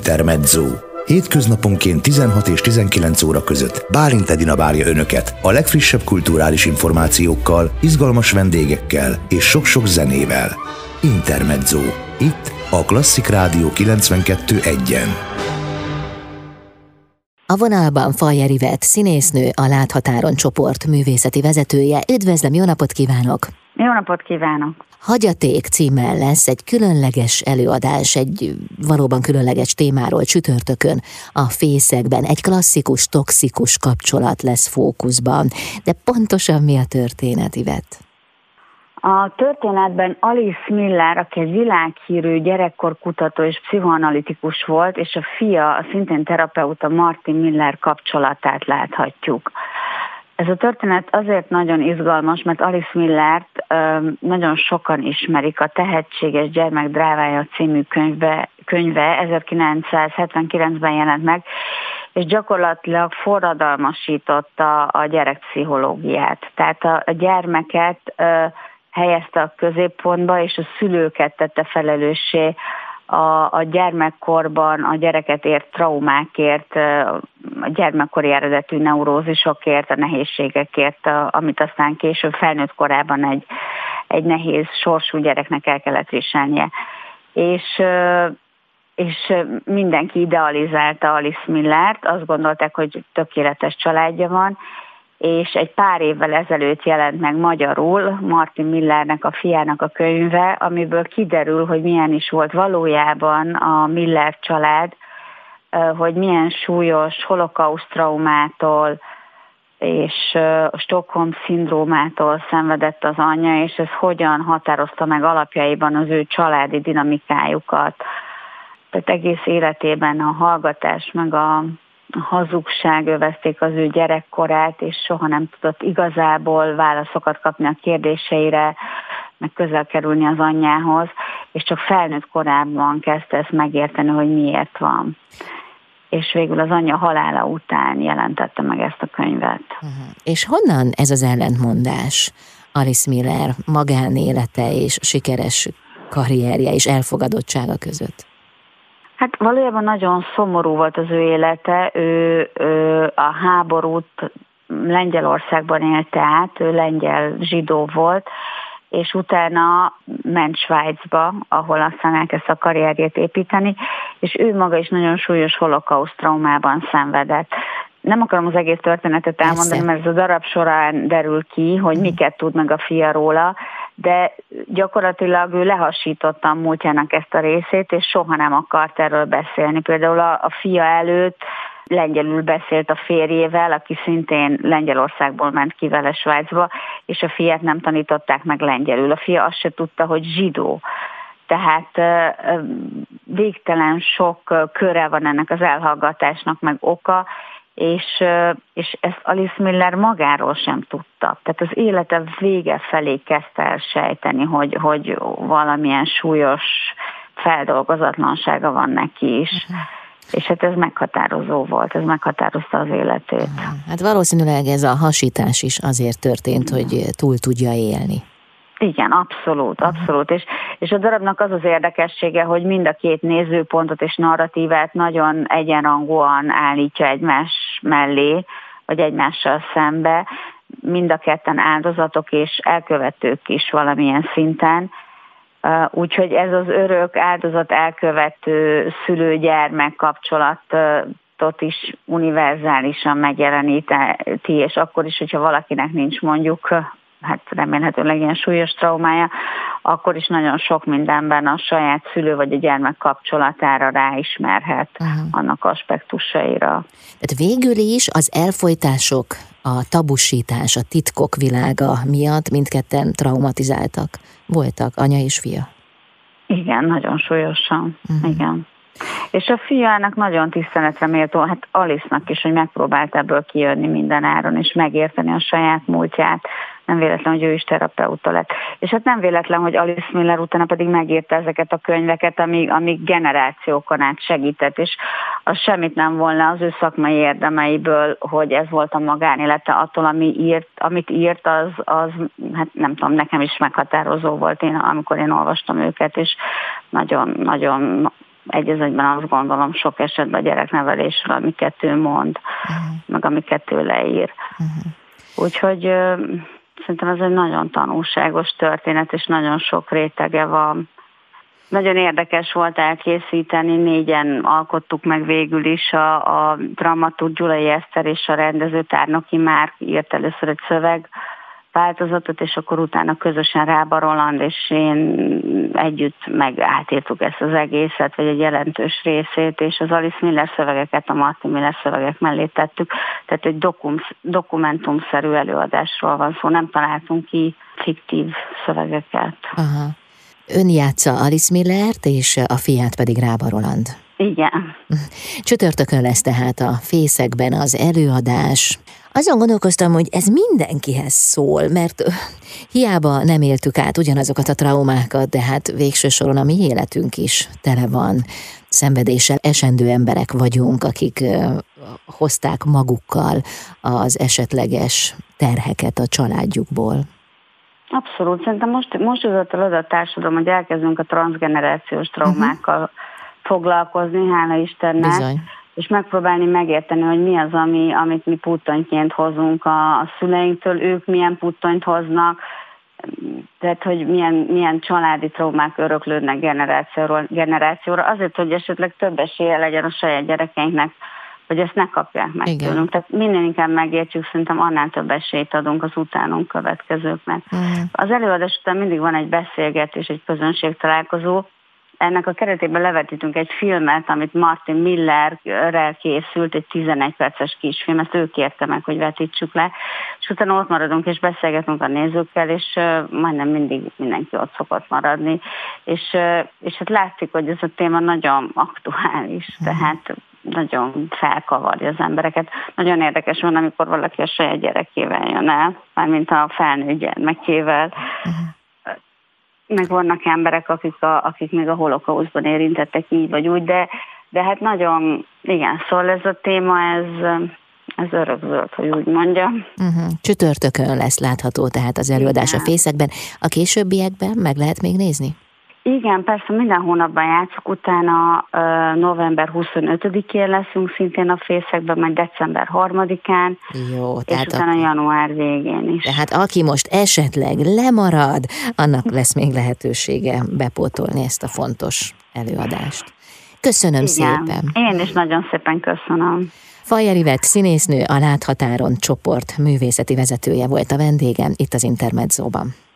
Intermezzo. Hétköznaponként 16 és 19 óra között Bálint Edina várja Önöket a legfrissebb kulturális információkkal, izgalmas vendégekkel és sok-sok zenével. Intermezzo. Itt a Klasszik Rádió 92.1-en. A vonalban Fajer Ivett, színésznő, a Láthatáron csoport művészeti vezetője. Üdvözlöm, jó napot kívánok! Jó napot kívánok! Hagyaték címmel lesz egy különleges előadás, egy valóban különleges témáról csütörtökön a Fészekben. Egy klasszikus, toxikus kapcsolat lesz fókuszban. De pontosan mi a történet, Ivett? A történetben Alice Miller, aki egy világhírű gyerekkorkutató és pszichoanalitikus volt, és a fia, a szintén terapeuta Martin Miller kapcsolatát láthatjuk. Ez a történet azért nagyon izgalmas, mert Alice Millert nagyon sokan ismerik. A Tehetséges gyermek drámája című könyve 1979-ben jelent meg, és gyakorlatilag forradalmasította a gyerekpszichológiát. Tehát a gyermeket helyezte a középpontba, és a szülőket tette felelőssé a gyermekkorban a gyereket ért traumákért, a gyermekkori eredetű neurózisokért, a nehézségekért, amit aztán később felnőtt korában egy nehéz sorsú gyereknek el kellett viselnie. És mindenki idealizálta Alice Millert, azt gondolták, hogy tökéletes családja van, és egy pár évvel ezelőtt jelent meg magyarul Martin Millernek, a fiának a könyve, amiből kiderül, hogy milyen is volt valójában a Miller család, hogy milyen súlyos holokauszt traumától és Stockholm-szindrómától szenvedett az anyja, és ez hogyan határozta meg alapjaiban az ő családi dinamikájukat. Tehát egész életében a hallgatás meg a hazugság övezték az ő gyerekkorát, és soha nem tudott igazából válaszokat kapni a kérdéseire, meg közel kerülni az anyjához, és csak felnőtt korában kezdte ezt megérteni, hogy miért van. És végül az anyja halála után jelentette meg ezt a könyvet. És honnan ez az ellentmondás? Alice Miller magánélete és sikeres karrierje és elfogadottsága között? Hát valójában nagyon szomorú volt az ő élete, ő a háborút Lengyelországban élte át, ő lengyel zsidó volt, és utána ment Svájcba, ahol aztán elkezdte a karrierjét építeni, és ő maga is nagyon súlyos holokauszt traumában szenvedett. Nem akarom az egész történetet elmondani, mert ez a darab során derül ki, hogy miket tud meg a fia róla, de gyakorlatilag ő lehasította a múltjának ezt a részét, és soha nem akart erről beszélni. Például a fia előtt lengyelül beszélt a férjével, aki szintén Lengyelországból ment ki vele Svájcba, és a fiát nem tanították meg lengyelül. A fia azt se tudta, hogy zsidó. Tehát végtelen sok köre van ennek az elhallgatásnak, meg oka, és ezt Alice Miller magáról sem tudta. Tehát az élete vége felé kezdte el sejteni, hogy valamilyen súlyos feldolgozatlansága van neki is. És hát ez meghatározó volt, ez meghatározta az életét. Hát valószínűleg ez a hasítás is azért történt, hogy túl tudja élni. Igen, abszolút. És a darabnak az az érdekessége, hogy mind a két nézőpontot és narratívát nagyon egyenrangúan állítja egymás mellé, vagy egymással szembe. Mind a ketten áldozatok és elkövetők is valamilyen szinten. Úgyhogy ez az örök áldozat elkövető szülő-gyermek kapcsolatot is univerzálisan megjeleníti, és akkor is, hogyha valakinek nincs mondjuk, hát remélhetőleg ilyen súlyos traumája, akkor is nagyon sok mindenben a saját szülő vagy a gyermek kapcsolatára ráismerhet, annak aspektusaira. Tehát végül is az elfojtások, a tabusítás, a titkok világa miatt mindketten traumatizáltak voltak, anya és fia? Igen, nagyon súlyosan. Igen. És a fiának nagyon tiszteletre méltó, hát Alice-nak is, hogy megpróbált ebből kijönni minden áron, és megérteni a saját múltját. Nem véletlen, hogy ő is terapeuta lett. És hát nem véletlen, hogy Alice Miller utána pedig megírta ezeket a könyveket, amik generációkon át segített, és az semmit nem volna az ő szakmai érdemeiből, hogy ez volt a magánélete, attól, amit írt, az hát nem tudom, nekem is meghatározó volt, amikor én olvastam őket, és nagyon, nagyon egy az egyben azt gondolom sok esetben a gyereknevelésről, amiket ő mond, meg amiket ő leír. Úgyhogy szerintem ez egy nagyon tanulságos történet, és nagyon sok rétege van. Nagyon érdekes volt elkészíteni, 4-en alkottuk meg végül is, a dramaturg Gyulai Eszter és a rendező Tárnoki Márk írt először egy szövegváltozatot, és akkor utána közösen Rába Roland és én együtt meg átírtuk ezt az egészet, vagy egy jelentős részét, és az Alice Miller szövegeket a Martin Miller szövegek mellé tettük, tehát egy dokumentumszerű előadásról van szó, nem találtunk ki fiktív szövegeket. Aha. Ön játsza Alice Millert, és a fiát pedig Rába Roland. Igen. Csütörtökön lesz tehát a Fészekben az előadás. Azon gondolkoztam, hogy ez mindenkihez szól, mert hiába nem éltük át ugyanazokat a traumákat, de hát végső soron a mi életünk is tele van szenvedéssel. Esendő emberek vagyunk, akik hozták magukkal az esetleges terheket a családjukból. Abszolút. Szerintem most jutott el oda a társadalom, hogy elkezdünk a transzgenerációs traumákkal foglalkozni, hála Istennek. Bizony. És megpróbálni megérteni, hogy mi az, amit mi puttonyként hozunk a szüleinktől, ők milyen puttonyt hoznak, tehát hogy milyen családi traumák öröklődnek generációra, azért, hogy esetleg több esélye legyen a saját gyerekeinknek, hogy ezt ne kapják meg tőlünk. Tehát minél inkább megértjük, szerintem annál több esélyt adunk az utánunk következőknek. Az előadás után mindig van egy beszélgetés, egy közönségtalálkozó. Ennek a keretében levetítünk egy filmet, amit Martin Millerrel készült, egy 11 perces kisfilm, ezt ő kérte meg, hogy vetítsük le, és utána ott maradunk és beszélgetünk a nézőkkel, és majdnem mindig mindenki ott szokott maradni, és hát látszik, hogy ez a téma nagyon aktuális, tehát nagyon felkavarja az embereket. Nagyon érdekes van, amikor valaki a saját gyerekével jön el, mármint a felnőtt gyermekével. Meg vannak emberek, akik még a holokausztban érintettek így vagy úgy, de hát nagyon, igen, szóval ez a téma, ez örökzöld, hogy úgy mondjam. Csütörtökön lesz látható tehát az előadás a Fészekben. A későbbiekben meg lehet még nézni? Igen, persze minden hónapban játszunk, utána november 25-én leszünk szintén a Fészekben, majd december 3-án, jó, és utána január végén is. Tehát aki most esetleg lemarad, annak lesz még lehetősége bepótolni ezt a fontos előadást. Köszönöm szépen! Én is nagyon szépen köszönöm. Fajer Ivett színésznő, a Láthatáron csoport művészeti vezetője volt a vendégem itt az Intermedzóban.